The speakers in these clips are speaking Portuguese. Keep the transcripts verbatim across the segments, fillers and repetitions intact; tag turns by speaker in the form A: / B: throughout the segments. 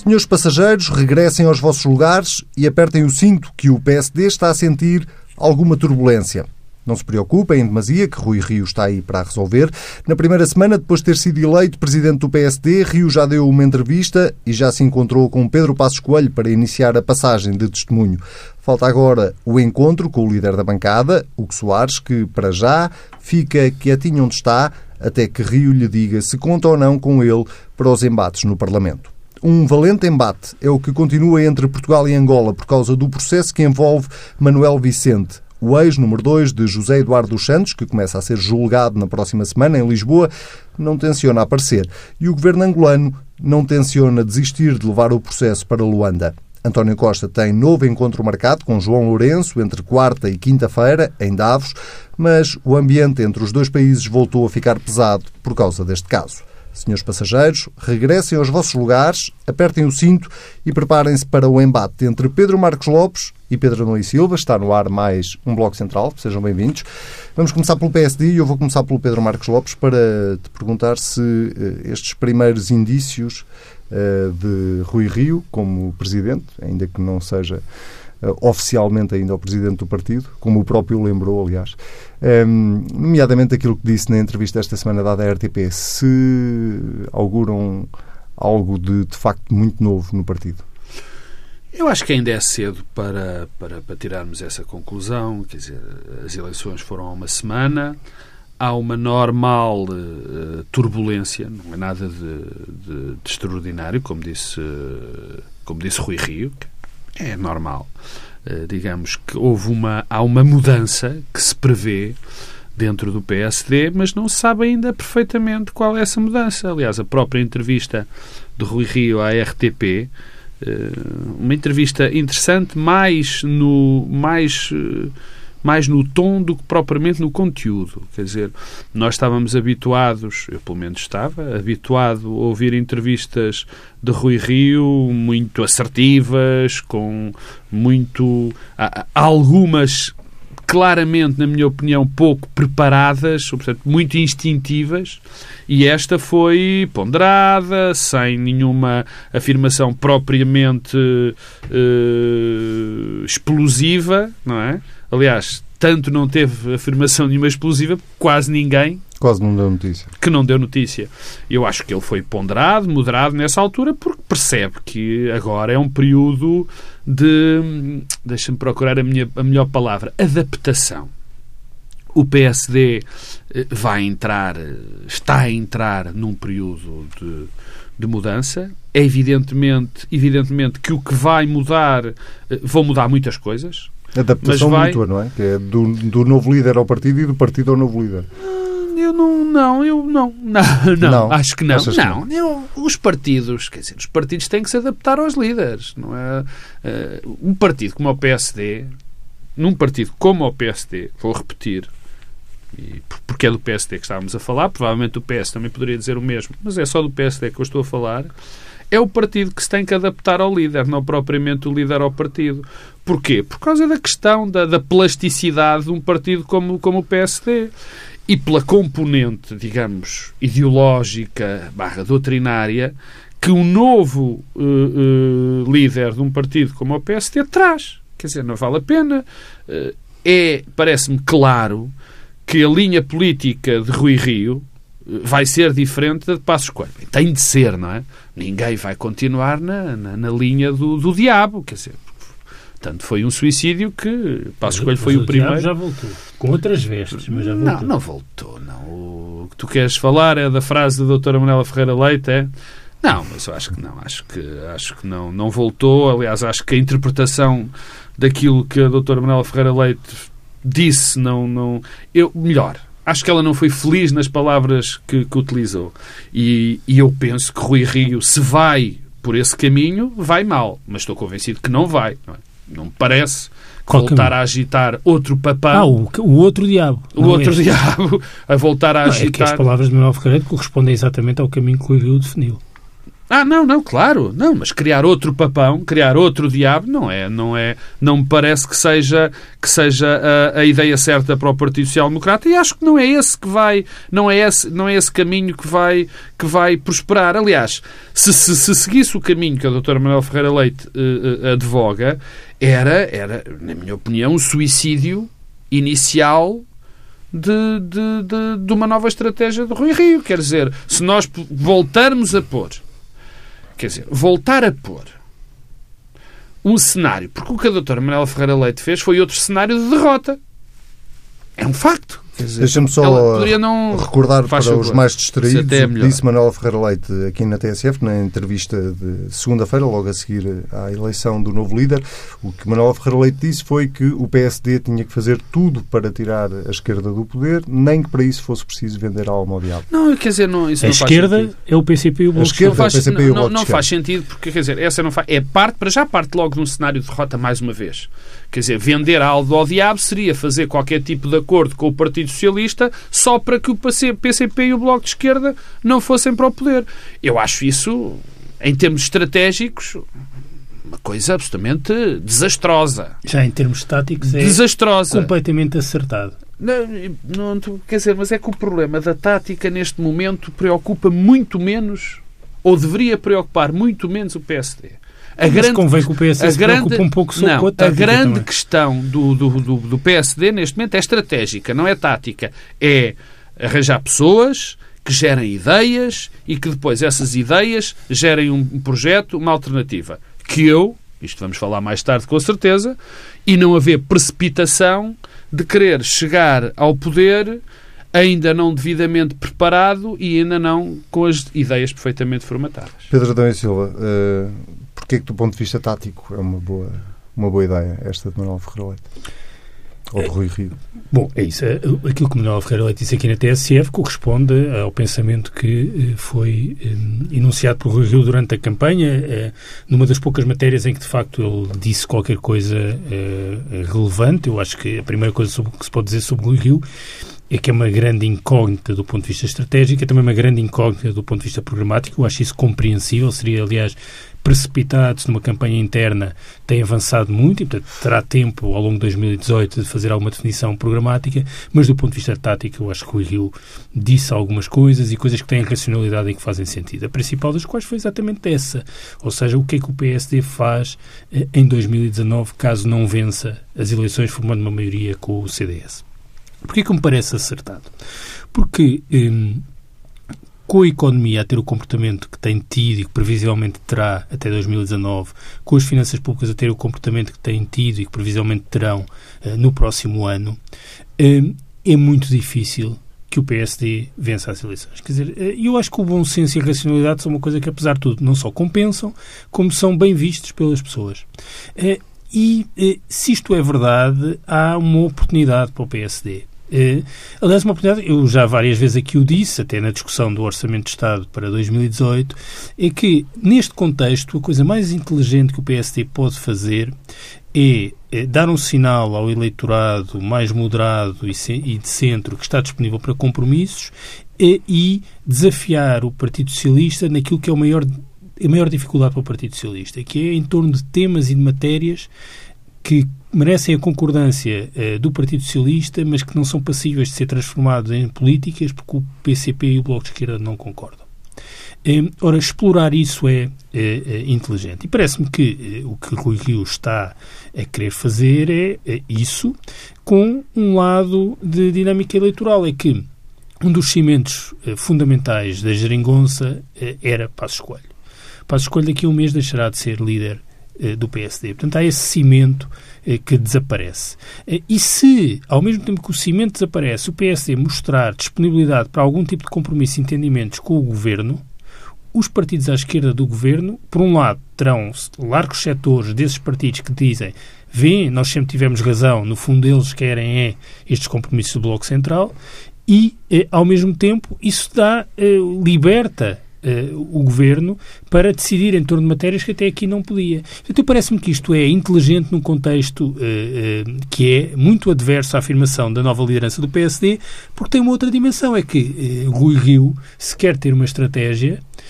A: Senhores passageiros, regressem aos vossos lugares e apertem o cinto que o P S D está a sentir alguma turbulência. Não se preocupem em demasia, que Rui Rio está aí para resolver. Na primeira semana, depois de ter sido eleito presidente do P S D, Rio já deu uma entrevista e já se encontrou com Pedro Passos Coelho para iniciar a passagem de testemunho. Falta agora o encontro com o líder da bancada, Hugo Soares, que, para já, fica quietinho onde está, até que Rio lhe diga se conta ou não com ele para os embates no Parlamento. Um valente embate é o que continua entre Portugal e Angola por causa do processo que envolve Manuel Vicente, o ex-número dois de José Eduardo dos Santos, que começa a ser julgado na próxima semana em Lisboa, não tenciona aparecer. E o governo angolano não tenciona desistir de levar o processo para Luanda. António Costa tem novo encontro marcado com João Lourenço entre quarta e quinta-feira, em Davos, mas o ambiente entre os dois países voltou a ficar pesado por causa deste caso. Senhores passageiros, regressem aos vossos lugares, apertem o cinto e preparem-se para o embate entre Pedro Marcos Lopes e Pedro Adão e Silva. Está no ar mais um Bloco Central. Sejam bem-vindos. Vamos começar pelo P S D e eu vou começar pelo Pedro Marcos Lopes para te perguntar se uh, estes primeiros indícios uh, de Rui Rio como presidente, ainda que não seja Uh, oficialmente ainda o presidente do partido, como o próprio lembrou, aliás, um, nomeadamente aquilo que disse na entrevista esta semana dada à R T P, se auguram algo de, de facto muito novo no partido?
B: Eu acho que ainda é cedo para, para, para tirarmos essa conclusão. Quer dizer, as eleições foram há uma semana, há uma normal uh, turbulência, não é nada de, de, de extraordinário, como disse, uh, como disse Rui Rio. É normal. Uh, digamos que houve uma, há uma mudança que se prevê dentro do P S D, mas não se sabe ainda perfeitamente qual é essa mudança. Aliás, a própria entrevista de Rui Rio à R T P, uh, uma entrevista interessante, mais no, mais, uh, mais no tom do que propriamente no conteúdo. Quer dizer, nós estávamos habituados, eu pelo menos estava, habituado a ouvir entrevistas de Rui Rio muito assertivas, com muito... algumas claramente, na minha opinião, pouco preparadas, ou, portanto, muito instintivas, e esta foi ponderada, sem nenhuma afirmação propriamente uh, explosiva, não é? Aliás, tanto não teve afirmação nenhuma explosiva, quase ninguém
A: Quase não deu notícia.
B: Que não deu notícia. Eu acho que ele foi ponderado, moderado nessa altura, porque percebe que agora é um período de... Deixa-me procurar a, minha, a melhor palavra. Adaptação. O P S D vai entrar, está a entrar num período de, de mudança. É evidentemente, evidentemente que o que vai mudar... Vão mudar muitas coisas.
A: Adaptação
B: vai...
A: mútua, não é? Que é do, do novo líder ao partido e do partido ao novo líder.
B: Eu não, não, eu não, não, não, não. Acho que não.
A: Achas
B: não,
A: que
B: eu, os partidos, quer dizer, os partidos têm que se adaptar aos líderes, não é? Uh, um partido como o P S D, num partido como o P S D, vou repetir, e porque é do P S D que estávamos a falar, provavelmente o P S também poderia dizer o mesmo, mas é só do P S D que eu estou a falar. É o partido que se tem que adaptar ao líder, não propriamente o líder ao partido. Porquê? Por causa da questão da, da plasticidade de um partido como, como o P S D. E pela componente, digamos, ideológica barra doutrinária que o novo uh, uh, líder de um partido como o P S D traz. Quer dizer, não vale a pena. Uh, é, parece-me claro que a linha política de Rui Rio vai ser diferente da de Passos Coelho. Tem de ser, não é? Ninguém vai continuar na, na, na linha do, do diabo, quer dizer, tanto foi um suicídio que Passos Coelho foi o, o primeiro.
C: Já voltou, com outras vestes, mas já voltou.
B: Não, não voltou, não. O que tu queres falar é da frase da doutora Manuela Ferreira Leite, é? Não, mas eu acho que não, acho que, acho que não, não voltou. Aliás, acho que a interpretação daquilo que a doutora Manuela Ferreira Leite disse, não, não, eu, melhor, acho que ela não foi feliz nas palavras que, que utilizou. E, e eu penso que Rui Rio, se vai por esse caminho, vai mal. Mas estou convencido que não vai. Não, é? Não me parece
C: Qual
B: voltar
C: caminho?
B: a agitar outro papão.
C: Ah, o, o outro diabo.
B: O outro este. diabo a voltar a
C: não,
B: agitar.
C: É que as palavras de Manuel Ferreira correspondem exatamente ao caminho que o Rui Rio definiu.
B: Ah, não, não, claro, não, mas criar outro papão, criar outro diabo, não é, não é, não me parece que seja, que seja a, a ideia certa para o Partido Social Democrata, e acho que não é esse que vai, não é esse, não é esse caminho que vai, que vai prosperar. Aliás, se, se, se seguisse o caminho que a doutora Manuela Ferreira Leite uh, uh, advoga, era, era, na minha opinião, um suicídio inicial de, de, de, de uma nova estratégia de Rui Rio. Quer dizer, se nós voltarmos a pôr Quer dizer, voltar a pôr um cenário, porque o que a doutora Manuela Ferreira Leite fez foi outro cenário de derrota. É um facto.
A: Deixa-me só não... recordar para favor. Os mais distraídos o que disse Manuela Ferreira Leite aqui na T S F, na entrevista de segunda-feira, logo a seguir à eleição do novo líder. O que Manuela Ferreira Leite disse foi que o P S D tinha que fazer tudo para tirar a esquerda do poder, nem que para isso fosse preciso vender a alma ao diabo.
B: Não, quer dizer, não, isso
C: a
B: não
C: esquerda
B: faz sentido.
C: É o P C P e o Bloco de Esquerda.
B: Não, faz, não, não, não faz sentido, porque, quer dizer, essa não faz, é parte, para já parte logo de um cenário de derrota mais uma vez. Quer dizer, vender a alma ao diabo seria fazer qualquer tipo de acordo com o Partido Socialista só para que o P C P e o Bloco de Esquerda não fossem para o poder. Eu acho isso, em termos estratégicos, uma coisa absolutamente desastrosa.
C: Já em termos táticos é
B: desastrosa.
C: Completamente acertado.
B: Não, não, quer dizer, mas é que o problema da tática neste momento preocupa muito menos, ou deveria preocupar muito menos o P S D. A
C: mas
B: grande,
C: convém que o P S D
B: a
C: se
B: grande,
C: preocupe um pouco sobre
B: não,
C: a tática.
B: A grande
C: também.
B: questão do, do, do, do P S D neste momento é estratégica, não é tática. É arranjar pessoas que gerem ideias e que depois essas ideias gerem um projeto, uma alternativa. Que eu, isto vamos falar mais tarde com certeza, e não haver precipitação de querer chegar ao poder ainda não devidamente preparado e ainda não com as ideias perfeitamente formatadas.
A: Pedro Adão e Silva, uh, porquê que do ponto de vista tático é uma boa, uma boa ideia esta de Manuel Ferreira Leite? Ou de Rui Rio?
C: Bom, é isso. Aquilo que o Manuel Ferreira Leite disse aqui na T S F corresponde ao pensamento que foi um, enunciado por Rui Rio durante a campanha, uh, numa das poucas matérias em que, de facto, ele disse qualquer coisa uh, relevante. Eu acho que a primeira coisa sobre, que se pode dizer sobre Rui Rio é que é uma grande incógnita do ponto de vista estratégico, é também uma grande incógnita do ponto de vista programático. Eu acho isso compreensível, seria, aliás, precipitado se numa campanha interna tem avançado muito e, portanto, terá tempo ao longo de dois mil e dezoito de fazer alguma definição programática, mas do ponto de vista tático eu acho que o Rui Rio disse algumas coisas e coisas que têm racionalidade e que fazem sentido. A principal das quais foi exatamente essa, ou seja, o que é que o P S D faz eh, em dois mil e dezanove caso não vença as eleições formando uma maioria com o C D S. Porquê que me parece acertado? Porque hum, com a economia a ter o comportamento que tem tido e que previsivelmente terá até dois mil e dezanove, com as finanças públicas a ter o comportamento que têm tido e que previsivelmente terão uh, no próximo ano, hum, é muito difícil que o P S D vença as eleições. Quer dizer, eu acho que o bom senso e a racionalidade são uma coisa que, apesar de tudo, não só compensam, como são bem vistos pelas pessoas. Uh, e, uh, se isto é verdade, há uma oportunidade para o P S D. Uh, aliás, uma oportunidade, eu já várias vezes aqui o disse, até na discussão do Orçamento de Estado para dois mil e dezoito, é que, neste contexto, a coisa mais inteligente que o P S D pode fazer é, é dar um sinal ao eleitorado mais moderado e, ce- e de centro que está disponível para compromissos e, e desafiar o Partido Socialista naquilo que é o maior, a maior dificuldade para o Partido Socialista, que é em torno de temas e de matérias que merecem a concordância uh, do Partido Socialista, mas que não são passíveis de ser transformados em políticas porque o P C P e o Bloco de Esquerda não concordam. Um, ora, explorar isso é, é, é inteligente. E parece-me que uh, o que o Rui Rio está a querer fazer é, é isso com um lado de dinâmica eleitoral. É que um dos cimentos uh, fundamentais da geringonça uh, era Passos Coelho. Passos Coelho daqui a um mês deixará de ser líder do P S D. Portanto, há esse cimento eh, que desaparece. Eh, e se, ao mesmo tempo que o cimento desaparece, o P S D mostrar disponibilidade para algum tipo de compromisso e entendimentos com o Governo, os partidos à esquerda do Governo, por um lado, terão largos setores desses partidos que dizem vê, nós sempre tivemos razão, no fundo eles querem é estes compromissos do Bloco Central, e, eh, ao mesmo tempo, isso dá, eh, liberta Uh, o Governo para decidir em torno de matérias que até aqui não podia. Então parece-me que isto é inteligente num contexto uh, uh, que é muito adverso à afirmação da nova liderança do P S D, porque tem uma outra dimensão, é que uh, Rui Rio, se quer ter uma estratégia,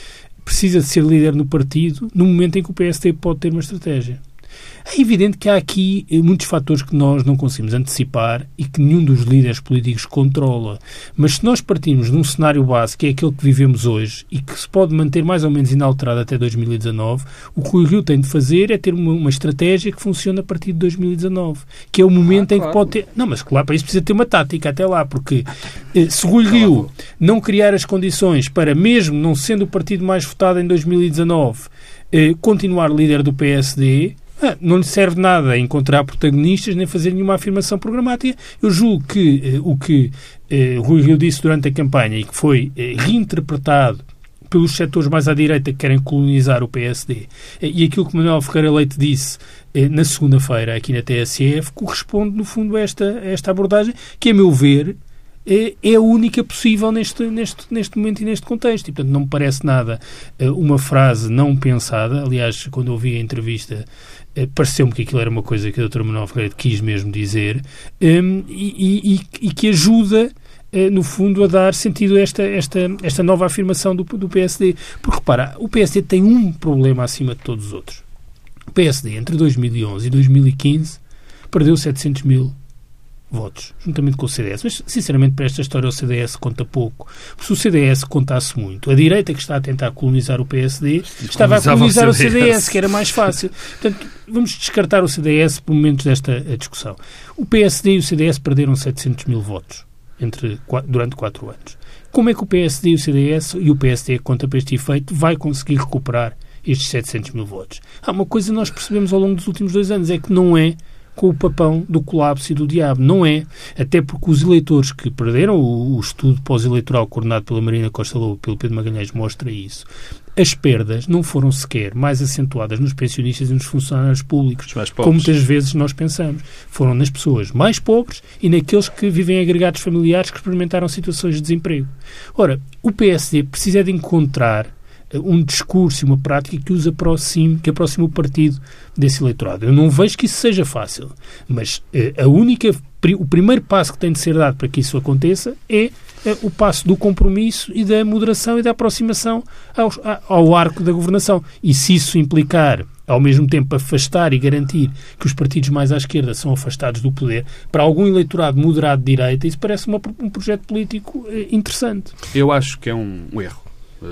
C: precisa de ser líder no partido no momento em que o P S D pode ter uma estratégia. É evidente que há aqui muitos fatores que nós não conseguimos antecipar e que nenhum dos líderes políticos controla. Mas se nós partirmos de um cenário base, que é aquele que vivemos hoje e que se pode manter mais ou menos inalterado até dois mil e dezanove, o que o Rio tem de fazer é ter uma, uma estratégia que funcione a partir de dois mil e dezanove, que é o momento ah, em claro. que pode ter... Não, mas claro, para isso precisa ter uma tática até lá, porque se o Rio não criar as condições para, mesmo não sendo o partido mais votado em dois mil e dezanove, eh, continuar líder do P S D... Ah, não lhe serve nada encontrar protagonistas nem fazer nenhuma afirmação programática. Eu julgo que eh, o que eh, Rui Rio disse durante a campanha e que foi eh, reinterpretado pelos setores mais à direita que querem colonizar o P S D eh, e aquilo que Manuel Ferreira Leite disse eh, na segunda-feira aqui na T S F corresponde, no fundo, a esta, a esta abordagem que, a meu ver, é, é a única possível neste, neste, neste momento e neste contexto. E, portanto, não me parece nada eh, uma frase não pensada. Aliás, quando eu ouvi a entrevista, pareceu-me que aquilo era uma coisa que a doutora Manuel Ferreira quis mesmo dizer um, e, e, e que ajuda, uh, no fundo, a dar sentido a esta, esta, esta nova afirmação do, do P S D. Porque, repara, o P S D tem um problema acima de todos os outros. O P S D, entre dois mil e onze e dois mil e quinze, perdeu setecentos mil votos, juntamente com o C D S. Mas, sinceramente, para esta história o C D S conta pouco. Porque se o C D S contasse muito, a direita que está a tentar colonizar o P S D estava a colonizar o C D S, que era mais fácil. Portanto, vamos descartar o C D S por momentos desta discussão. O P S D e o C D S perderam setecentos mil votos entre, durante quatro anos. Como é que o P S D e o C D S e o P S D, conta para este efeito, vai conseguir recuperar estes setecentos mil votos? Há uma coisa que nós percebemos ao longo dos últimos dois anos, é que não é com o papão do colapso e do diabo. Não é. Até porque os eleitores que perderam, o, o estudo pós-eleitoral coordenado pela Marina Costa Lobo e pelo Pedro Magalhães mostra isso. As perdas não foram sequer mais acentuadas nos pensionistas e nos funcionários públicos, como muitas vezes nós pensamos. Foram nas pessoas mais pobres e naqueles que vivem em agregados familiares que experimentaram situações de desemprego. Ora, o P S D precisa de encontrar um discurso e uma prática que os aproxime, que aproxime o partido desse eleitorado. Eu não vejo que isso seja fácil, mas a única, o primeiro passo que tem de ser dado para que isso aconteça é o passo do compromisso e da moderação e da aproximação ao, ao arco da governação. E se isso implicar, ao mesmo tempo, afastar e garantir que os partidos mais à esquerda são afastados do poder, para algum eleitorado moderado de direita, isso parece uma, um projeto político interessante.
B: Eu acho que é um, um erro.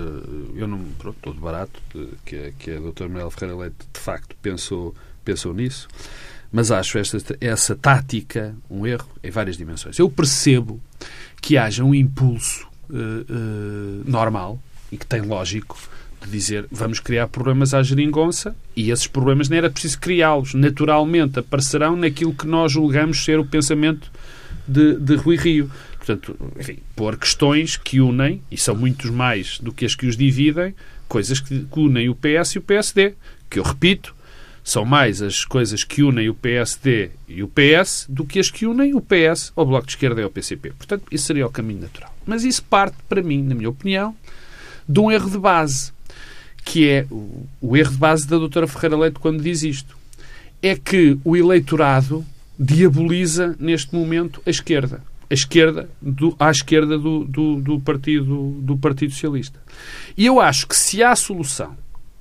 B: Eu não pronto, estou de barato que, a, que a doutora Manuel Ferreira Leite de facto pensou, pensou nisso, mas acho esta, essa tática um erro em várias dimensões. Eu percebo que haja um impulso uh, uh, normal e que tem lógico de dizer vamos criar problemas à geringonça e esses problemas não era preciso criá-los, naturalmente aparecerão naquilo que nós julgamos ser o pensamento de, de Rui Rio. Portanto, enfim, pôr questões que unem, e são muitos mais do que as que os dividem, coisas que unem o P S e o P S D, que eu repito, são mais as coisas que unem o P S D e o P S do que as que unem o P S ao Bloco de Esquerda e ao P C P. Portanto, isso seria o caminho natural. Mas isso parte, para mim, na minha opinião, de um erro de base, que é o, o erro de base da doutora Ferreira Leite quando diz isto. É que o eleitorado diaboliza, neste momento, a esquerda. A esquerda, do, à esquerda do, do, do, partido, do Partido Socialista. E eu acho que se há solução...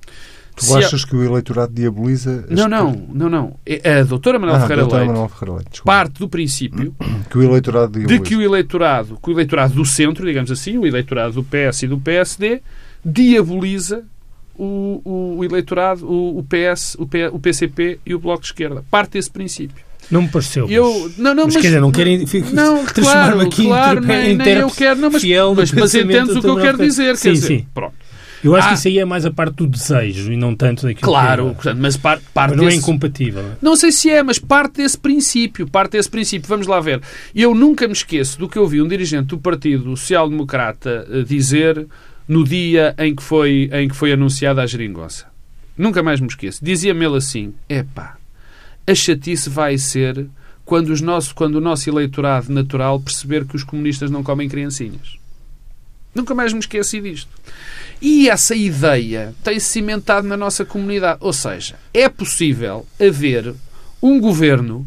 A: Tu achas há... que o eleitorado diaboliza... A
B: não, não, não, não. A doutora Manuel ah, Ferreira doutora Leite, Manuel Ferreira Leite parte do princípio
A: que o eleitorado diaboliza.
B: de que o eleitorado, que o eleitorado do centro, digamos assim, o eleitorado do P S e do P S D, diaboliza o, o, o eleitorado, o, o P S, o, P, o P C P e o Bloco de Esquerda. Parte desse princípio.
C: Não me pareceu.
B: Eu,
C: mas,
B: não, não,
C: mas,
B: mas
C: quer dizer, não querem
B: não,
C: transformar-me
B: claro,
C: aqui
B: claro,
C: em
B: nem, nem eu quero, não, mas, mas, mas entendes o que eu quero dizer.
C: Sim,
B: quer dizer,
C: sim.
B: Pronto.
C: Eu acho
B: ah,
C: que isso aí é mais a parte do desejo e não tanto daquilo
B: claro,
C: que é.
B: Mas, par, parte
C: mas não
B: desse,
C: é incompatível.
B: Não sei se é, mas parte desse princípio. Parte desse princípio. Vamos lá ver. Eu nunca me esqueço do que eu vi um dirigente do Partido Social Democrata dizer no dia em que foi, em que foi anunciada a geringonça. Nunca mais me esqueço. Dizia-me ele assim, epá, a chatice vai ser quando, os nosso, quando o nosso eleitorado natural perceber que os comunistas não comem criancinhas. Nunca mais me esqueci disto. E essa ideia tem-se cimentado na nossa comunidade. Ou seja, é possível haver um governo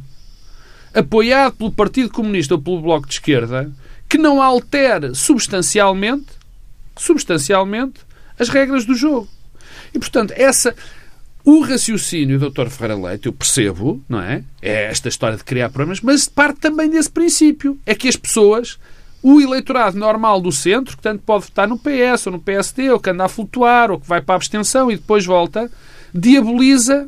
B: apoiado pelo Partido Comunista ou pelo Bloco de Esquerda que não altere substancialmente, substancialmente as regras do jogo. E, portanto, essa... O raciocínio do doutor Ferreira Leite, eu percebo, não é? É esta história de criar problemas, mas parte também desse princípio. É que as pessoas, o eleitorado normal do centro, que tanto pode votar no P S ou no P S D, ou que anda a flutuar, ou que vai para a abstenção e depois volta, diaboliza,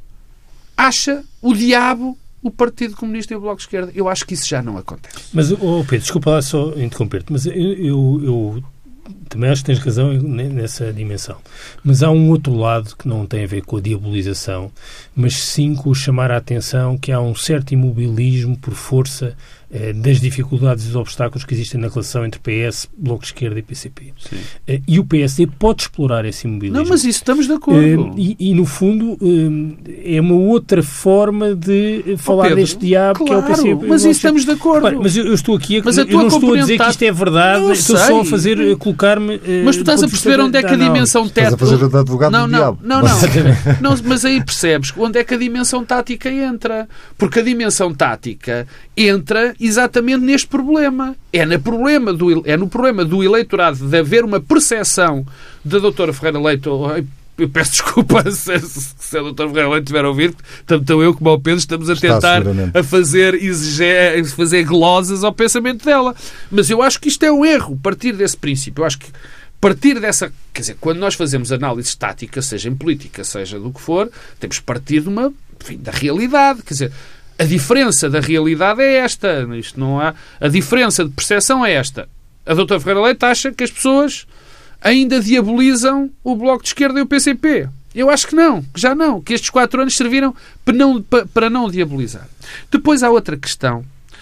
B: acha o diabo o Partido Comunista e o Bloco de Esquerda. Eu acho que isso já não acontece.
C: Mas, oh Pedro, desculpa lá só interromper-te, mas eu... eu, eu... também acho que tens razão nessa dimensão. Mas há um outro lado que não tem a ver com a diabolização, mas sim com o chamar a atenção que há um certo imobilismo por força eh, das dificuldades e dos obstáculos que existem na relação entre P S, Bloco de Esquerda e P C P. Eh, e o P S D pode explorar esse imobilismo.
B: Não, mas isso estamos de acordo.
C: Eh, e, e, no fundo, eh, é uma outra forma de falar oh, Pedro, deste diabo
B: claro,
C: que é o P C P.
B: Mas isso estamos de acordo.
C: Repara, mas eu, eu estou aqui a,
B: mas a
C: eu não estou a dizer que isto é verdade, estou
B: sei.
C: só a fazer, a colocar-me... Eh,
B: mas tu estás a perceber onde é que a dimensão tática...
A: Estás a fazer o advogado
B: não,
A: do
B: não,
A: diabo.
B: Não, não, não. Mas aí percebes onde é que a dimensão tática entra. Porque a dimensão tática entra exatamente neste problema. É no problema do, é no problema do eleitorado de haver uma percepção da doutora Ferreira Leite... Eu peço desculpa se, se a doutora Ferreira Leite estiver a ouvir, tanto eu como o Pedro estamos a tentar a fazer, exige, fazer glosas ao pensamento dela. Mas eu acho que isto é um erro, partir desse princípio. Eu acho que partir dessa... Quer dizer, quando nós fazemos análise estática, seja em política, seja do que for, temos que partir de uma, enfim, da realidade. Quer dizer, a diferença da realidade é esta. Isto não há... A diferença de percepção é esta. A doutora Ferreira Leite acha que as pessoas ainda diabolizam o Bloco de Esquerda e o P C P. Eu acho que não, que já não. Que estes quatro anos serviram para não, para não diabolizar. Depois há outra questão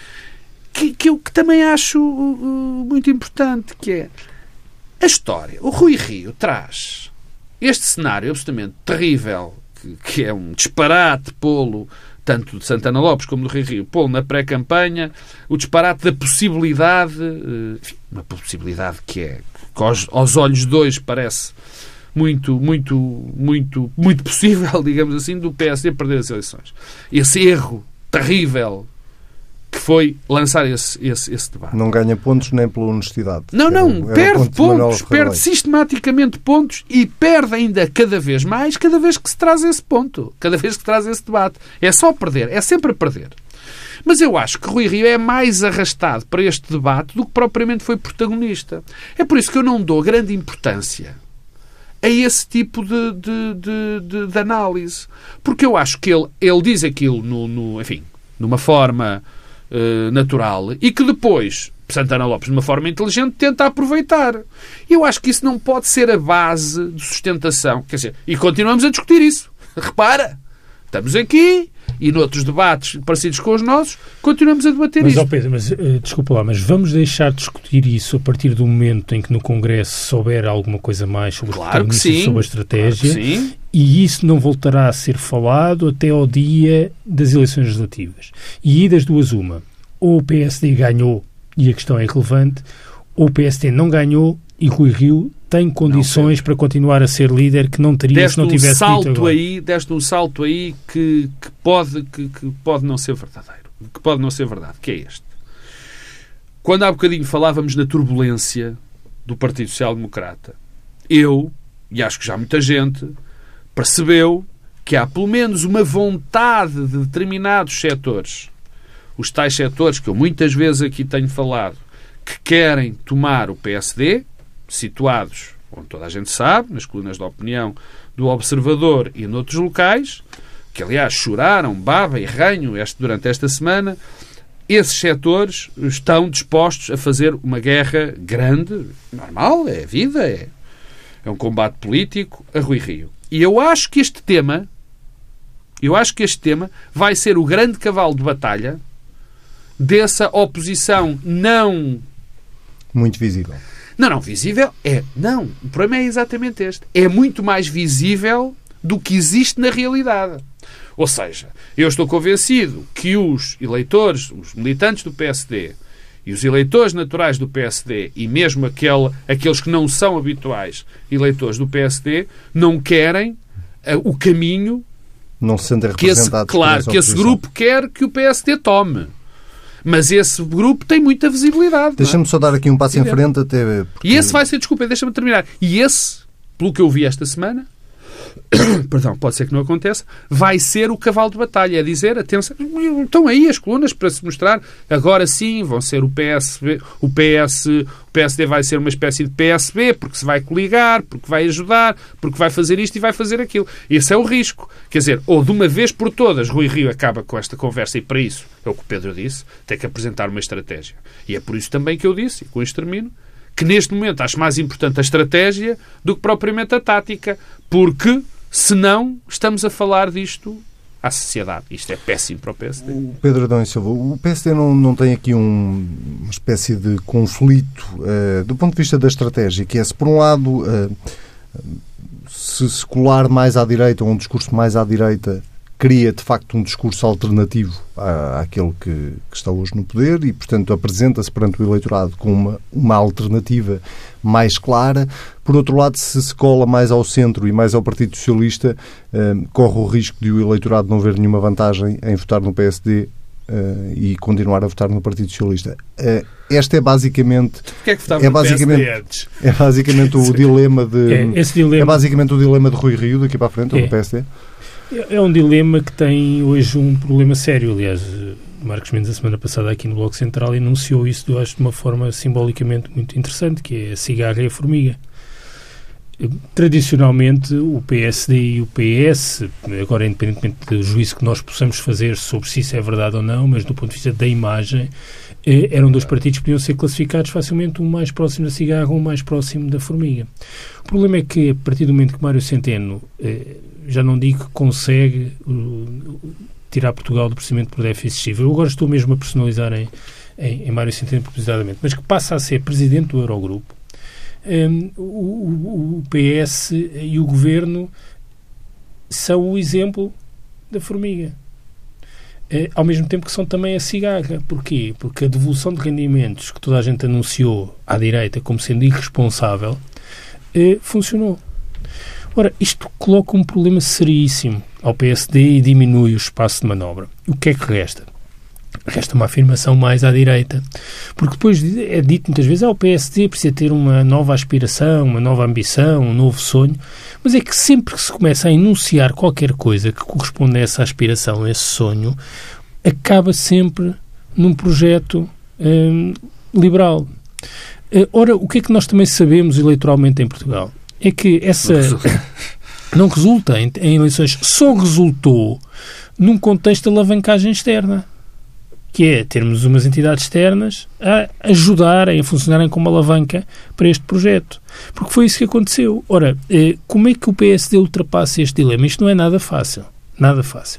B: que, que eu que também acho uh, muito importante, que é a história. O Rui Rio traz este cenário absolutamente terrível, que, que é um disparate pô-lo, tanto de Santana Lopes como do Rui Rio, pô-lo na pré-campanha, o disparate da possibilidade, enfim, uma possibilidade que é, que aos, aos olhos de dois parece muito, muito, muito, muito possível, digamos assim, do P S D perder as eleições. Esse erro terrível que foi lançar esse, esse, esse debate.
A: Não ganha pontos nem pela honestidade.
B: Não, não, era, perde pontos, perde sistematicamente pontos e perde ainda cada vez mais, cada vez que se traz esse ponto, cada vez que se traz esse debate. É só perder, é sempre perder. Mas eu acho que Rui Rio é mais arrastado para este debate do que propriamente foi protagonista. É por isso que eu não dou grande importância a esse tipo de, de, de, de, de análise. Porque eu acho que ele, ele diz aquilo no, no, enfim, numa forma uh, natural e que depois Santana Lopes, de uma forma inteligente, tenta aproveitar. Eu acho que isso não pode ser a base de sustentação. Quer dizer, e continuamos a discutir isso. Repara, estamos aqui e noutros debates parecidos com os nossos, continuamos a debater
C: mas,
B: isto.
C: Ó Pedro, mas uh, desculpa lá, mas vamos deixar de discutir isso a partir do momento em que no Congresso souber alguma coisa mais sobre,
B: claro
C: os sobre a estratégia,
B: claro que sim.
C: E isso não voltará a ser falado até ao dia das eleições legislativas. E aí das duas uma, ou o P S D ganhou e a questão é irrelevante, ou o P S D não ganhou e Rui Rio tem condições não, para continuar a ser líder que não teria
B: deste
C: se não tivesse
B: um salto
C: dito agora.
B: aí, deste um salto aí que, que, pode, que, que pode não ser verdadeiro. Que pode não ser verdade, que é este. Quando há bocadinho falávamos na turbulência do Partido Social Democrata, eu, e acho que já muita gente, percebeu que há pelo menos uma vontade de determinados setores, os tais setores que eu muitas vezes aqui tenho falado, que querem tomar o P S D, situados, onde toda a gente sabe, nas colunas de opinião do Observador e noutros locais, que aliás choraram, baba e ranho este, durante esta semana, esses setores estão dispostos a fazer uma guerra grande, normal, é a vida, é, é um combate político a Rui Rio. E eu acho que este tema, eu acho que este tema vai ser o grande cavalo de batalha dessa oposição não...
A: Muito visível.
B: Não, não, visível é... Não, o problema é exatamente este. É muito mais visível do que existe na realidade. Ou seja, eu estou convencido que os eleitores, os militantes do P S D e os eleitores naturais do P S D e mesmo aquele, aqueles que não são habituais eleitores do P S D não querem uh, o caminho
A: não se sentem
B: que esse, claro, que esse grupo quer que o P S D tome. Mas esse grupo tem muita visibilidade.
A: Deixa-me só dar aqui um passo em frente até...
B: Porque... E esse vai ser, desculpa, deixa-me terminar. E esse pelo que eu vi esta semana, perdão, pode ser que não aconteça, vai ser o cavalo de batalha, é dizer, atenção, estão aí as colunas para se mostrar, agora sim vão ser o P S B, o P S, o P S D vai ser uma espécie de P S B, porque se vai coligar, porque vai ajudar, porque vai fazer isto e vai fazer aquilo. Esse é o risco. Quer dizer, ou de uma vez por todas, Rui Rio acaba com esta conversa e para isso, é o que o Pedro disse, tem que apresentar uma estratégia. E é por isso também que eu disse, e com isto termino, que neste momento acho mais importante a estratégia do que propriamente a tática, porque senão estamos a falar disto à sociedade. Isto é péssimo para o P S D.
A: O Pedro Adão e Silva, o P S D não, não tem aqui um, uma espécie de conflito uh, do ponto de vista da estratégia, que é se por um lado uh, se, se colar mais à direita ou um discurso mais à direita cria, de facto, um discurso alternativo à, àquele que, que está hoje no poder e, portanto, apresenta-se perante o eleitorado com uma, uma alternativa mais clara. Por outro lado, se se cola mais ao centro e mais ao Partido Socialista, eh, corre o risco de o eleitorado não ver nenhuma vantagem em votar no P S D eh, e continuar a votar no Partido Socialista. Eh, este é basicamente...
B: Porquê é que votava
A: é
B: no
A: basicamente,
B: P S D antes?
A: É basicamente o dilema de...
C: É, esse dilema...
A: é basicamente o dilema de Rui Rio daqui para a frente,
C: é.
A: ou do P S D?
C: É um dilema que tem hoje um problema sério. Aliás, Marcos Mendes, a semana passada, aqui no Bloco Central, enunciou isso, eu acho, de uma forma simbolicamente muito interessante, que é a cigarra e a formiga. Tradicionalmente, o P S D e o P S, agora independentemente do juízo que nós possamos fazer sobre se isso é verdade ou não, mas do ponto de vista da imagem, eram dois partidos que podiam ser classificados facilmente um mais próximo da cigarra ou um mais próximo da formiga. O problema é que, a partir do momento que Mário Centeno, já não digo que consegue tirar Portugal do procedimento por déficit excessivo, eu agora estou mesmo a personalizar em, em, em Mário Centeno propositadamente, mas que passa a ser presidente do Eurogrupo, um, o, o P S e o Governo são o exemplo da formiga. Uh, ao mesmo tempo que são também a cigarra. Porquê? Porque a devolução de rendimentos que toda a gente anunciou à direita como sendo irresponsável uh, funcionou. Ora, isto coloca um problema seríssimo ao P S D e diminui o espaço de manobra. O que é que resta? Resta uma afirmação mais à direita. Porque depois é dito muitas vezes, ah, o P S D precisa ter uma nova aspiração, uma nova ambição, um novo sonho. Mas é que sempre que se começa a enunciar qualquer coisa que corresponde a essa aspiração, a esse sonho, acaba sempre num projeto hum, liberal. Ora, o que é que nós também sabemos eleitoralmente em Portugal? É que essa... Não resulta, não resulta em, em eleições. Só resultou num contexto de alavancagem externa, que é termos umas entidades externas a ajudarem, a funcionarem como alavanca para este projeto. Porque foi isso que aconteceu. Ora, eh, como é que o P S D ultrapassa este dilema? Isto não é nada fácil. Nada fácil.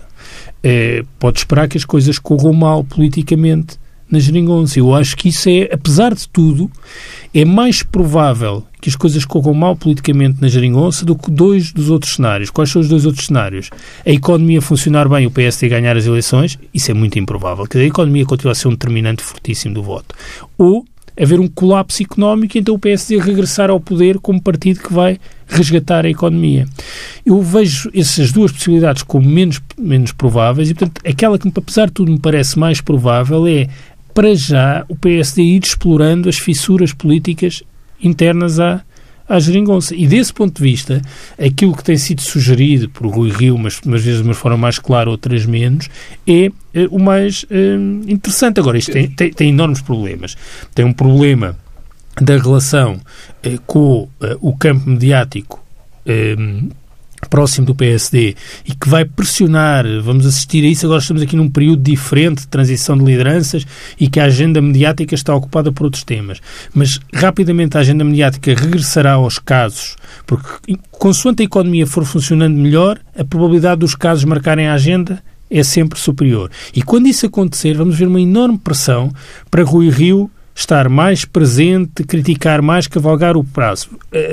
C: Eh, pode esperar que as coisas corram mal politicamente na geringonça. Eu acho que isso é, apesar de tudo, é mais provável que as coisas corram mal politicamente na geringonça do que dois dos outros cenários. Quais são os dois outros cenários? A economia funcionar bem, o P S D ganhar as eleições, isso é muito improvável, que a economia continua a ser um determinante fortíssimo do voto. Ou haver um colapso económico e então o P S D regressar ao poder como partido que vai resgatar a economia. Eu vejo essas duas possibilidades como menos, menos prováveis e, portanto, aquela que, apesar de tudo, me parece mais provável é, para já, o P S D ir explorando as fissuras políticas internas à, à geringonça. E, desse ponto de vista, aquilo que tem sido sugerido por Rui Rio, mas umas vezes de uma forma mais clara, outras menos, é, é o mais é, interessante. Agora, isto tem, tem, tem enormes problemas. Tem um problema da relação é, com é, o campo mediático é, próximo do P S D e que vai pressionar, vamos assistir a isso, agora estamos aqui num período diferente de transição de lideranças e que a agenda mediática está ocupada por outros temas. Mas rapidamente a agenda mediática regressará aos casos, porque consoante a economia for funcionando melhor, a probabilidade dos casos marcarem a agenda é sempre superior. E quando isso acontecer, vamos ver uma enorme pressão para Rui Rio estar mais presente, criticar mais, cavalgar o prazo.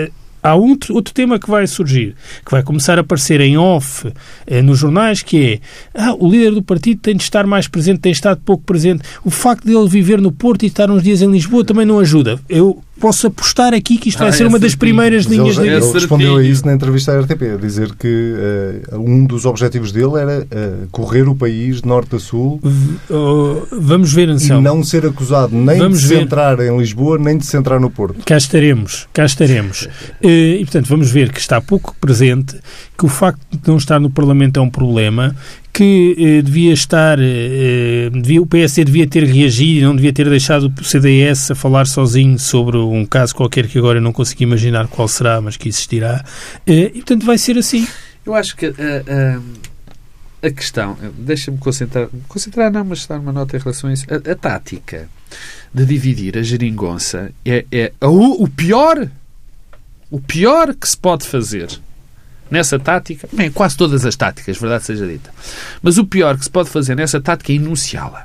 C: Há um, outro tema que vai surgir, que vai começar a aparecer em off eh, nos jornais, que é ah, o líder do partido tem de estar mais presente, tem estado pouco presente. O facto de ele viver no Porto e estar uns dias em Lisboa também não ajuda. Eu posso apostar aqui que isto vai
B: ah,
C: ser
B: é
C: uma das
B: certinho.
C: primeiras
A: Mas
C: linhas
A: ele,
C: de...
A: ele respondeu a isso na entrevista à R T P, a dizer que uh, um dos objetivos dele era uh, correr o país de norte a sul.
C: V- uh, vamos ver, Anselmo.
A: E não ser acusado nem
C: Vamos
A: de se
C: ver.
A: centrar em Lisboa, nem de se centrar no Porto.
C: Cá estaremos, cá estaremos. E, portanto, vamos ver que está pouco presente, que o facto de não estar no Parlamento é um problema, que eh, devia estar, eh, devia, o P S D devia ter reagido e não devia ter deixado o C D S a falar sozinho sobre um caso qualquer que agora eu não consigo imaginar qual será, mas que existirá. Eh, e, portanto, vai ser assim.
B: Eu acho que a, a, a questão, deixa-me concentrar, concentrar não, mas dar uma nota em relação a isso. A, a tática de dividir a geringonça é, é o, o pior, o pior que se pode fazer nessa tática. Bem, quase todas as táticas, verdade seja dita. Mas o pior que se pode fazer nessa tática é enunciá-la.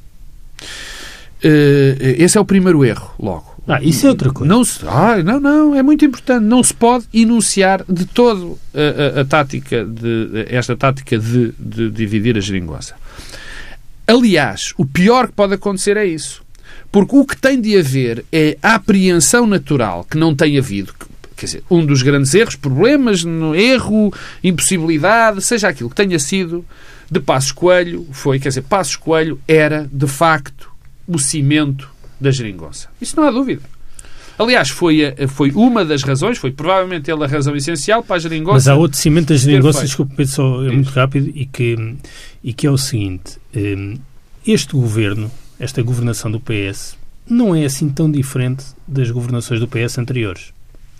B: Uh, esse é o primeiro erro, logo.
C: Ah, isso é outra coisa.
B: Não, se, ah, não, não, é muito importante. Não se pode enunciar de todo a, a, a tática de, esta tática de, de dividir a geringonça. Aliás, o pior que pode acontecer é isso. Porque o que tem de haver é a apreensão natural que não tem havido. Quer dizer, um dos grandes erros, problemas, no erro, impossibilidade, seja aquilo que tenha sido, de Passos Coelho, foi, quer dizer, Passos Coelho era, de facto, o cimento da geringonça. Isso não há dúvida. Aliás, foi, foi uma das razões, foi provavelmente ele a razão essencial para a geringonça.
C: Mas há outro cimento da geringonça,
B: feito.
C: desculpe, Pedro, só é muito rápido, e que, e que é o seguinte: este governo, esta governação do P S, não é assim tão diferente das governações do P S anteriores.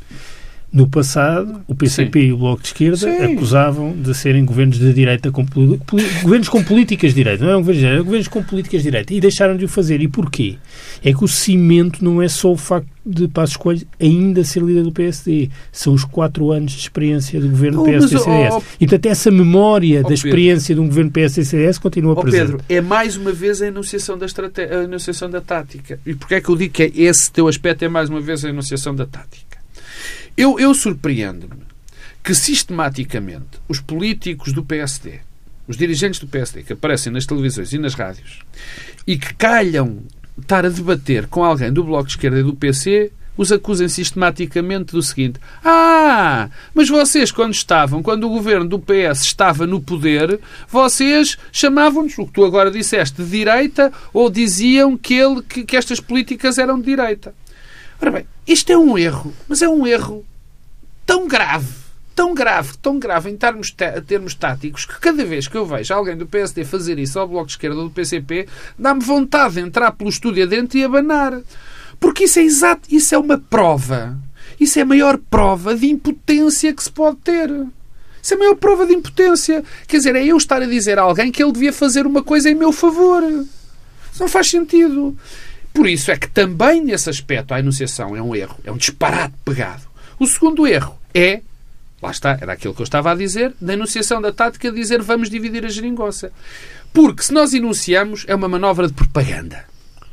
C: No passado, o P C P Sim. e o Bloco de Esquerda Sim. acusavam de serem governos de direita, com, governos com políticas de direita. Não eram governos de direita, eram governos com políticas de direita. E deixaram de o fazer. E porquê? É que o cimento não é só o facto de Passos Coelho ainda ser líder do P S D. São os quatro anos de experiência do governo oh, P S D C D S. Oh, oh, e, portanto, essa memória oh, da experiência Pedro. de um governo P S D C D S continua
B: oh,
C: presente.
B: Pedro, é mais uma vez a enunciação da, estrate... a enunciação da tática. E porquê é que eu digo que é esse teu aspecto é mais uma vez a enunciação da tática? Eu, eu surpreendo-me que, sistematicamente, os políticos do P S D, os dirigentes do P S D, que aparecem nas televisões e nas rádios, e que calham estar a debater com alguém do Bloco de Esquerda e do P C, os acusem sistematicamente do seguinte: ah, mas vocês, quando estavam, quando o governo do P S estava no poder, vocês chamavam-nos, o que tu agora disseste, de direita, ou diziam que, ele, que, que estas políticas eram de direita. Ora bem, isto é um erro, mas é um erro tão grave, tão grave, tão grave em termos, termos táticos, que cada vez que eu vejo alguém do P S D fazer isso ao Bloco de Esquerda ou do P C P, dá-me vontade de entrar pelo estúdio adentro e abanar. Porque isso é exato, isso é uma prova, isso é a maior prova de impotência que se pode ter. Isso é a maior prova de impotência. Quer dizer, é eu estar a dizer a alguém que ele devia fazer uma coisa em meu favor. Isso não faz sentido. Por isso é que também, nesse aspecto, a enunciação é um erro, é um disparate pegado. O segundo erro é, lá está, era aquilo que eu estava a dizer, da enunciação da tática de dizer vamos dividir a geringonça. Porque se nós enunciamos, é uma manobra de propaganda.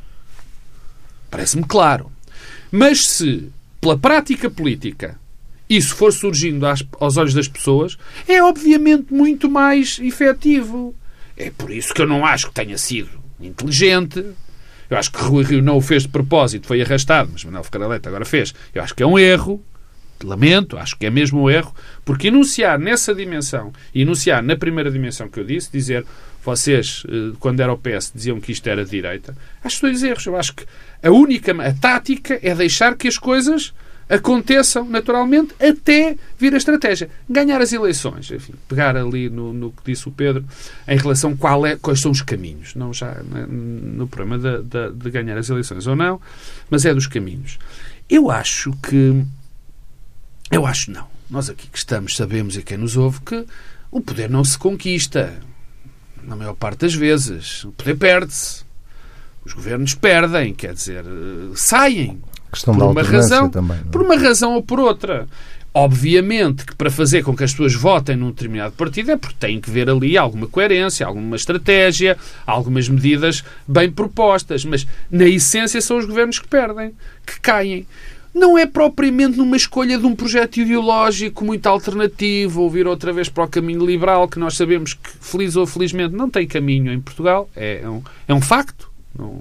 B: Parece-me claro. Mas se, pela prática política, isso for surgindo às, aos olhos das pessoas, é obviamente muito mais efetivo. É por isso que eu não acho que tenha sido inteligente. Eu acho que Rui Rio não o fez de propósito, foi arrastado, mas Manuel Ferreira Leite agora fez. Eu acho que é um erro, lamento, acho que é mesmo um erro, porque enunciar nessa dimensão, e enunciar na primeira dimensão que eu disse, dizer, vocês, quando era o P S, diziam que isto era de direita, acho dois erros. Eu acho que a única, a tática é deixar que as coisas aconteçam naturalmente até vir a estratégia. Ganhar as eleições. Enfim, pegar ali no, no que disse o Pedro em relação a qual é, quais são os caminhos. Não já no problema de, de, de ganhar as eleições ou não, mas é dos caminhos. Eu acho que... Eu acho não. Nós aqui que estamos sabemos e quem nos ouve que o poder não se conquista. Na maior parte das vezes. O poder perde-se. Os governos perdem. Quer dizer, saem.
A: Questão
B: por
A: da
B: uma razão,
A: também, não é?
B: Por uma razão ou por outra. Obviamente que para fazer com que as pessoas votem num determinado partido é porque tem que ver ali alguma coerência, alguma estratégia, algumas medidas bem propostas. Mas, na essência, são os governos que perdem, que caem. Não é propriamente numa escolha de um projeto ideológico muito alternativo, ou vir outra vez para o caminho liberal, que nós sabemos que, feliz ou felizmente, não tem caminho em Portugal. É um, é um facto. Não...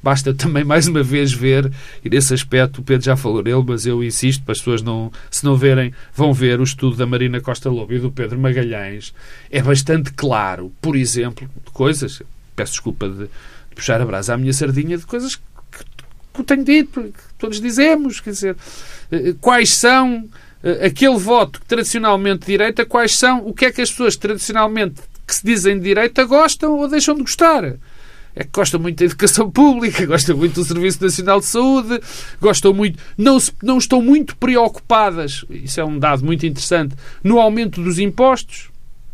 B: Basta também, mais uma vez, ver, e nesse aspecto o Pedro já falou nele, mas eu insisto, para as pessoas, não, se não verem, vão ver o estudo da Marina Costa Lobo e do Pedro Magalhães. É bastante claro, por exemplo, de coisas, peço desculpa de, de puxar a brasa à minha sardinha, de coisas que, que eu tenho dito, que todos dizemos, quer dizer, quais são aquele voto que tradicionalmente de direita, quais são, o que é que as pessoas tradicionalmente que se dizem de direita gostam ou deixam de gostar. É que gostam muito da educação pública, gostam muito do Serviço Nacional de Saúde, gostam muito, não, se, não estão muito preocupadas, isso é um dado muito interessante, no aumento dos impostos,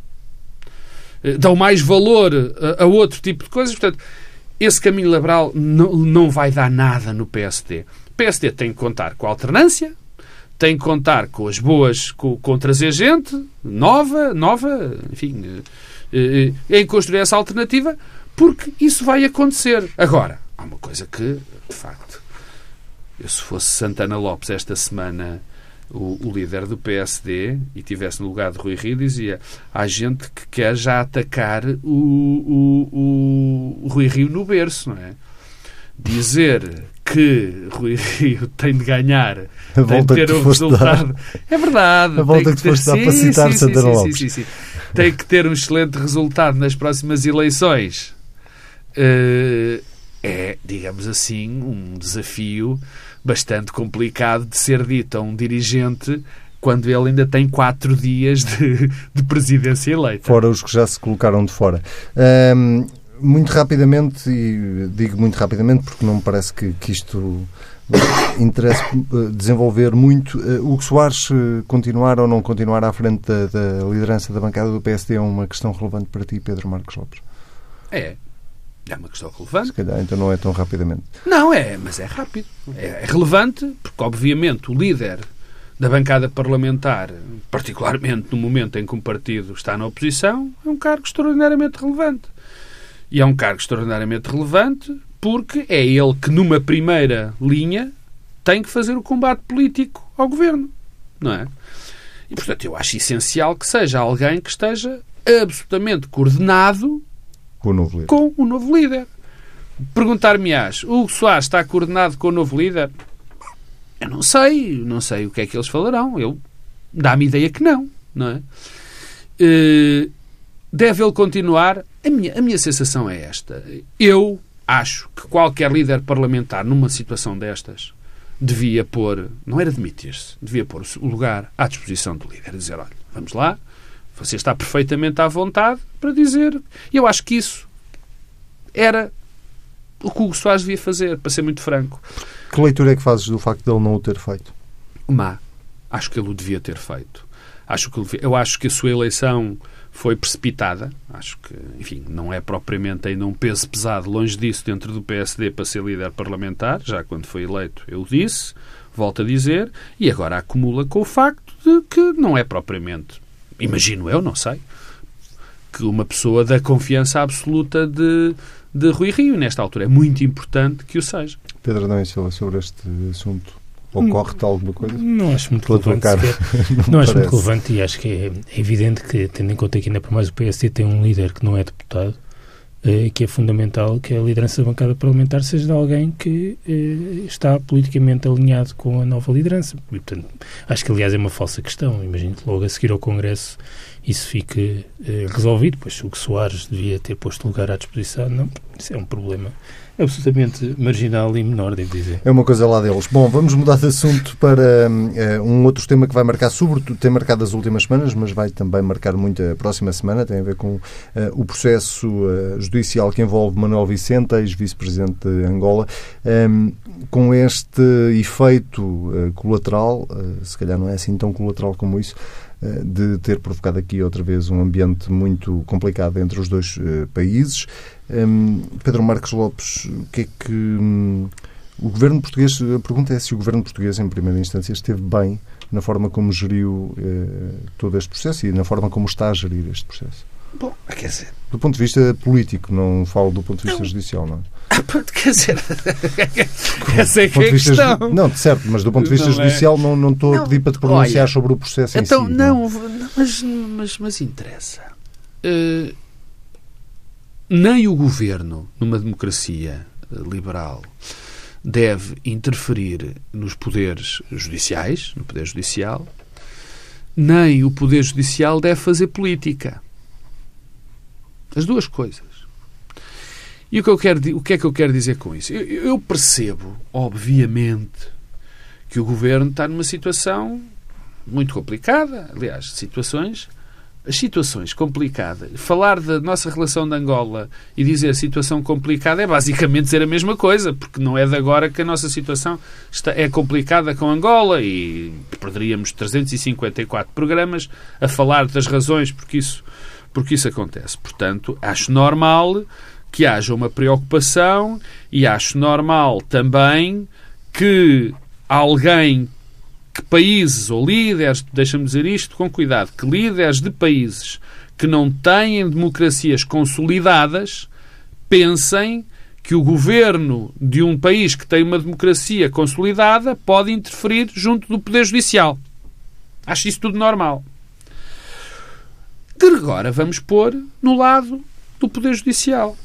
B: dão mais valor a, a outro tipo de coisas. Portanto, esse caminho liberal não, não vai dar nada no P S D. O P S D tem que contar com a alternância, tem que contar com as boas, com, com trazer gente nova, nova, enfim, em construir essa alternativa, porque isso vai acontecer. Agora, há uma coisa que, de facto, eu se fosse Santana Lopes esta semana, o, o líder do P S D, e tivesse no lugar de Rui Rio, dizia, há gente que quer já atacar o, o, o, o Rui Rio no berço, não é? Dizer que Rui Rio tem de ganhar,
A: a
B: tem de ter um resultado... Dar. É verdade.
A: A volta que, que foste dar para citar
B: sim,
A: Santana
B: sim,
A: Lopes.
B: Sim, sim, sim. Tem que ter um excelente resultado nas próximas eleições. Uh, é, digamos assim, um desafio bastante complicado de ser dito a um dirigente quando ele ainda tem quatro dias de, de presidência eleita.
A: Fora os que já se colocaram de fora. Um, muito rapidamente, e digo muito rapidamente porque não me parece que, que isto interesse desenvolver muito. O Hugo Soares continuar ou não continuar à frente da, da liderança da bancada do P S D é uma questão relevante para ti, Pedro Marcos Lopes?
B: É. É uma questão relevante.
A: Se calhar, então não é tão rapidamente.
B: Não, é, mas é rápido. É, é relevante porque, obviamente, o líder da bancada parlamentar, particularmente no momento em que um partido está na oposição, é um cargo extraordinariamente relevante. E é um cargo extraordinariamente relevante porque é ele que, numa primeira linha, tem que fazer o combate político ao governo. Não é? E, portanto, eu acho essencial que seja alguém que esteja absolutamente coordenado
A: com o novo líder.
B: Com o novo líder. Perguntar-me-ás, o Hugo Soares está coordenado com o novo líder? Eu não sei, não sei o que é que eles falarão. Eu dá-me ideia que não, não é? Uh, deve ele continuar? A minha, a minha sensação é esta. Eu acho que qualquer líder parlamentar numa situação destas devia pôr, não era demitir-se, devia pôr o lugar à disposição do líder. Dizer, olha, vamos lá, você está perfeitamente à vontade para dizer. E eu acho que isso era o que o Hugo Soares devia fazer, para ser muito franco.
A: Que leitura é que fazes do facto de ele não o ter feito?
B: Má. Acho que ele o devia ter feito. Acho que ele devia... Eu acho que a sua eleição foi precipitada. Acho que, enfim, não é propriamente ainda um peso pesado, longe disso, dentro do P S D para ser líder parlamentar. Já quando foi eleito eu disse, volto a dizer, e agora acumula com o facto de que não é propriamente... Imagino eu, não sei, que uma pessoa da confiança absoluta de, de Rui Rio, nesta altura, é muito importante que o seja.
A: Pedro Adão e Silva, sobre este assunto, ocorre-te alguma coisa?
C: Não acho muito relevante. não não acho muito relevante e acho que é, é evidente que, tendo em conta que ainda por mais o P S D tem um líder que não é deputado, eh, que é fundamental que a liderança da bancada parlamentar seja de alguém que eh, está politicamente alinhado com a nova liderança. E, portanto, acho que, aliás, é uma falsa questão. Imagino que logo a seguir ao Congresso isso fique eh, resolvido. Pois o que Soares devia ter posto lugar à disposição, não. Isso é um problema absolutamente marginal e menor, devo dizer.
A: É uma coisa lá deles. Bom, vamos mudar de assunto para uh, um outro tema que vai marcar, sobretudo, tem marcado as últimas semanas, mas vai também marcar muito a próxima semana, tem a ver com uh, o processo uh, judicial que envolve Manuel Vicente, ex-vice-presidente de Angola, um, com este efeito uh, colateral, uh, se calhar não é assim tão colateral como isso, de ter provocado aqui outra vez um ambiente muito complicado entre os dois uh, países. Um, Pedro Marcos Lopes, o que é que um, o governo português, a pergunta é se o governo português, em primeira instância, esteve bem na forma como geriu uh, todo este processo e na forma como está a gerir este processo?
B: Bom, quer dizer...
A: Do ponto de vista político, não falo do ponto de vista não. judicial, não é?
B: Quer dizer, essa é que é a questão.
A: Ju... Não, certo, mas do ponto de vista não judicial é... não, não estou não, a pedir para te pronunciar olha, sobre o processo
B: então,
A: em si.
B: Não, não mas, mas, mas interessa. Uh, nem o governo, numa democracia, liberal deve interferir nos poderes judiciais, no poder judicial, nem o poder judicial deve fazer política. As duas coisas. E o que, eu quero, o que é que eu quero dizer com isso? Eu, eu percebo, obviamente, que o Governo está numa situação muito complicada. Aliás, situações... As situações complicadas, falar da nossa relação de Angola e dizer situação complicada é basicamente dizer a mesma coisa, porque não é de agora que a nossa situação está, é complicada com Angola e perderíamos trezentos e cinquenta e quatro programas a falar das razões porque isso, porque isso acontece. Portanto, acho normal que haja uma preocupação e acho normal também que alguém que países ou líderes, deixa-me dizer isto com cuidado, que líderes de países que não têm democracias consolidadas pensem que o governo de um país que tem uma democracia consolidada pode interferir junto do Poder Judicial. Acho isso tudo normal. De agora vamos pôr no lado do Poder Judicial.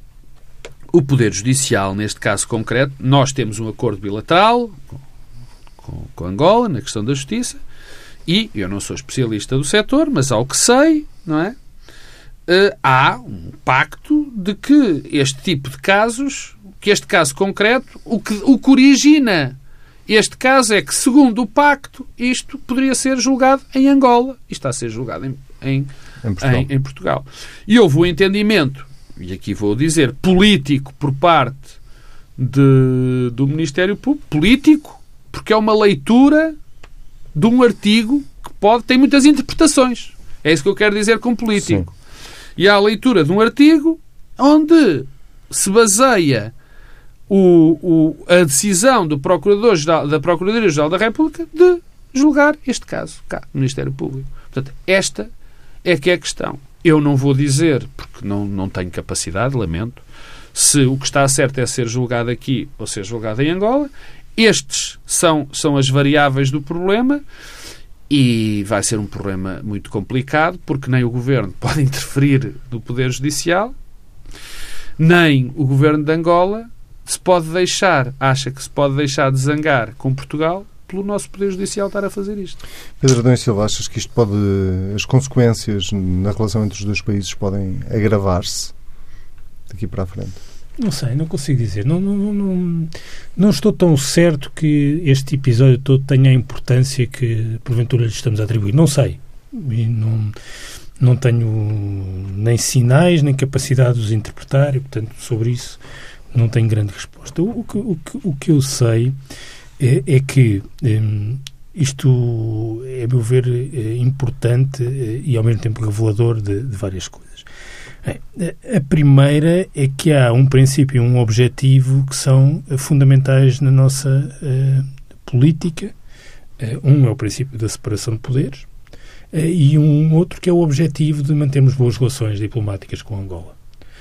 B: O Poder Judicial, neste caso concreto, nós temos um acordo bilateral Com, com Angola, na questão da justiça, e eu não sou especialista do setor, mas ao que sei, não é? Uh, há um pacto de que este tipo de casos, que este caso concreto, o que, o que origina este caso é que, segundo o pacto, isto poderia ser julgado em Angola e está a ser julgado em, em, em, Portugal. Em, em Portugal. E houve um entendimento, e aqui vou dizer, político por parte de, do Ministério Público, político, porque é uma leitura de um artigo que pode tem muitas interpretações. É isso que eu quero dizer com político. Sim. E há a leitura de um artigo onde se baseia o, o, a decisão do Procurador-Geral, da Procuradoria-Geral da República de julgar este caso cá, no Ministério Público. Portanto, esta é que é a questão. Eu não vou dizer, porque não, não tenho capacidade, lamento, se o que está certo é ser julgado aqui ou ser julgado em Angola. Estes são, são as variáveis do problema e vai ser um problema muito complicado porque nem o Governo pode interferir no Poder Judicial, nem o Governo de Angola se pode deixar, acha que se pode deixar de zangar com Portugal pelo nosso Poder Judicial estar a fazer isto.
A: Pedro Adão e Silva, achas que isto pode, as consequências na relação entre os dois países podem agravar-se daqui para a frente?
C: Não sei, não consigo dizer. Não, não, não, não estou tão certo que este episódio todo tenha a importância que, porventura, lhe estamos a atribuir. Não sei. E não, não tenho nem sinais, nem capacidade de os interpretar e, portanto, sobre isso não tenho grande resposta. O que, o que, o que eu sei é, é que hum, isto é, a meu ver, é importante e, ao mesmo tempo, revelador de, de várias coisas. A primeira é que há um princípio e um objetivo que são fundamentais na nossa uh, política. Uh, um é o princípio da separação de poderes uh, e um outro que é o objetivo de mantermos boas relações diplomáticas com Angola.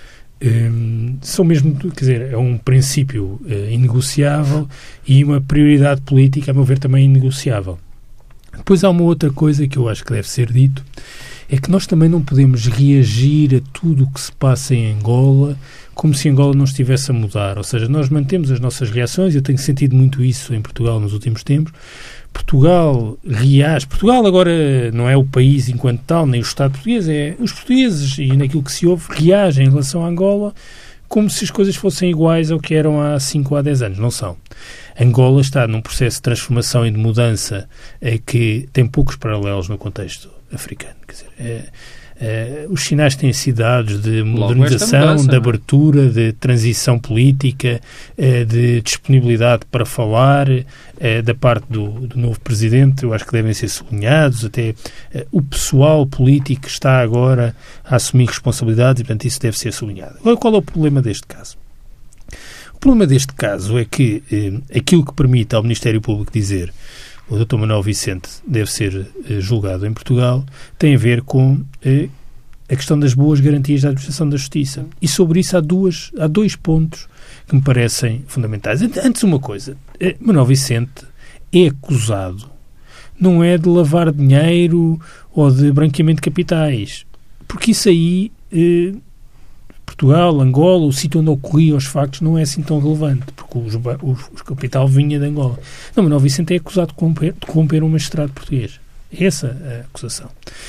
C: Um, são mesmo, quer dizer, é um princípio uh, inegociável e uma prioridade política, a meu ver, também inegociável. Depois há uma outra coisa que eu acho que deve ser dito, é que nós também não podemos reagir a tudo o que se passa em Angola como se Angola não estivesse a mudar. Ou seja, nós mantemos as nossas reações, eu tenho sentido muito isso em Portugal nos últimos tempos. Portugal reage. Portugal agora não é o país enquanto tal, nem o Estado português, é os portugueses e naquilo que se ouve reagem em relação a Angola como se as coisas fossem iguais ao que eram há cinco ou há dez anos. Não são. Angola está num processo de transformação e de mudança eh, que tem poucos paralelos no contexto africano. Quer dizer, é, é, os sinais têm sido dados de modernização, mudança, de abertura, de transição política, é, de disponibilidade para falar é, da parte do, do novo presidente. Eu acho que devem ser sublinhados. Até é, o pessoal político está agora a assumir responsabilidades e, portanto, isso deve ser sublinhado. Agora, qual é o problema deste caso? O problema deste caso é que é, aquilo que permite ao Ministério Público dizer o doutor Manuel Vicente deve ser eh, julgado em Portugal, tem a ver com eh, a questão das boas garantias da administração da justiça. E sobre isso há, duas, há dois pontos que me parecem fundamentais. Antes, uma coisa. Eh, Manuel Vicente é acusado, não é de lavar dinheiro ou de branqueamento de capitais. Porque isso aí... Eh, Portugal, Angola, o sítio onde ocorriam os factos não é assim tão relevante, porque o, o, o capital vinha de Angola. Não, Manuel Vicente é acusado de corromper, de corromper um magistrado português. Essa é a acusação.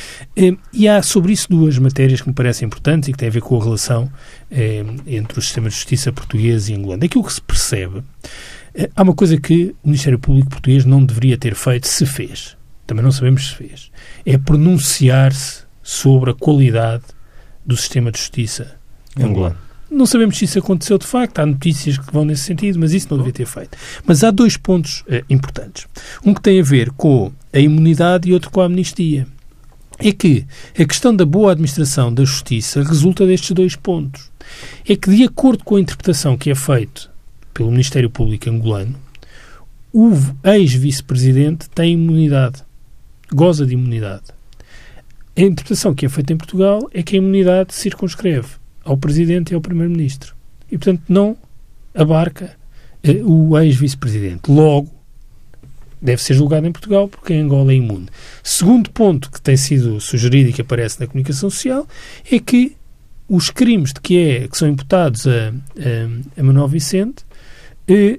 C: E há sobre isso duas matérias que me parecem importantes e que têm a ver com a relação eh, entre o sistema de justiça português e angolano. Aquilo que se percebe, eh, há uma coisa que o Ministério Público português não deveria ter feito, se fez. Também não sabemos se fez. É pronunciar-se sobre a qualidade do sistema de justiça angolano. Não sabemos se isso aconteceu de facto, há notícias que vão nesse sentido, mas isso não devia ter feito. Mas há dois pontos eh, importantes. Um que tem a ver com a imunidade e outro com a amnistia. É que a questão da boa administração da justiça resulta destes dois pontos. É que, de acordo com a interpretação que é feita pelo Ministério Público angolano, o ex-vice-presidente tem imunidade, goza de imunidade. A interpretação que é feita em Portugal é que a imunidade circunscreve ao Presidente e ao Primeiro-Ministro. E, portanto, não abarca eh, o ex-vice-presidente. Logo, deve ser julgado em Portugal porque em Angola é imune. Segundo ponto que tem sido sugerido e que aparece na comunicação social é que os crimes de que, é, que são imputados a, a, a Manuel Vicente eh,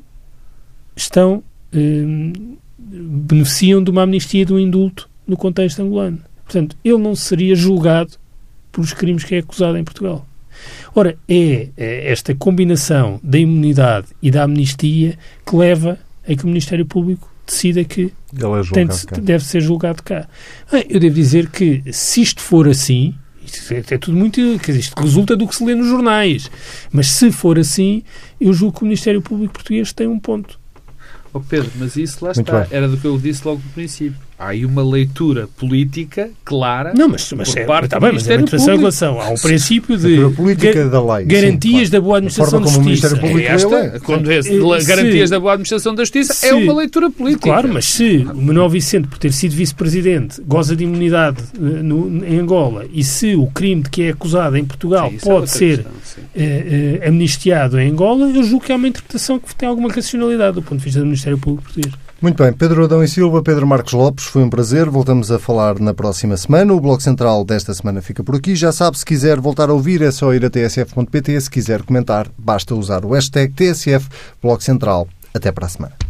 C: estão, eh, beneficiam de uma amnistia e de um indulto no contexto angolano. Portanto, ele não seria julgado pelos crimes que é acusado em Portugal. Ora, é, é esta combinação da imunidade e da amnistia que leva a que o Ministério Público decida que
A: é
C: tem de, deve ser julgado cá. Eu devo dizer que, se isto for assim, isto é, é tudo muito... Quer dizer, isto resulta do que se lê nos jornais, mas se for assim, eu julgo que o Ministério Público português tem um ponto.
B: Oh Pedro, mas isso lá está. Era do que eu disse logo no princípio. Há aí uma leitura política clara.
C: Não, mas, mas
B: por
C: é,
B: parte
C: está
B: do
C: bem, mas é uma interpretação em relação a um princípio de
A: a política da lei,
C: garantias sim, claro. da boa administração da justiça.
B: É esta, quando é, se, garantias da boa administração da justiça, se, é uma leitura política.
C: Claro, mas se o Manuel Vicente, por ter sido vice-presidente, goza de imunidade no, em Angola, e se o crime de que é acusado em Portugal sim, pode é ser questão, eh, eh, amnistiado em Angola, eu julgo que é uma interpretação que tem alguma racionalidade do ponto de vista do Ministério Público português.
A: Muito bem, Pedro Adão e Silva, Pedro Marcos Lopes, foi um prazer. Voltamos a falar na próxima semana. O Bloco Central desta semana fica por aqui. Já sabe, se quiser voltar a ouvir, é só ir a t s f ponto p t. Se quiser comentar, basta usar o hashtag T S F Bloco Central. Até para a semana.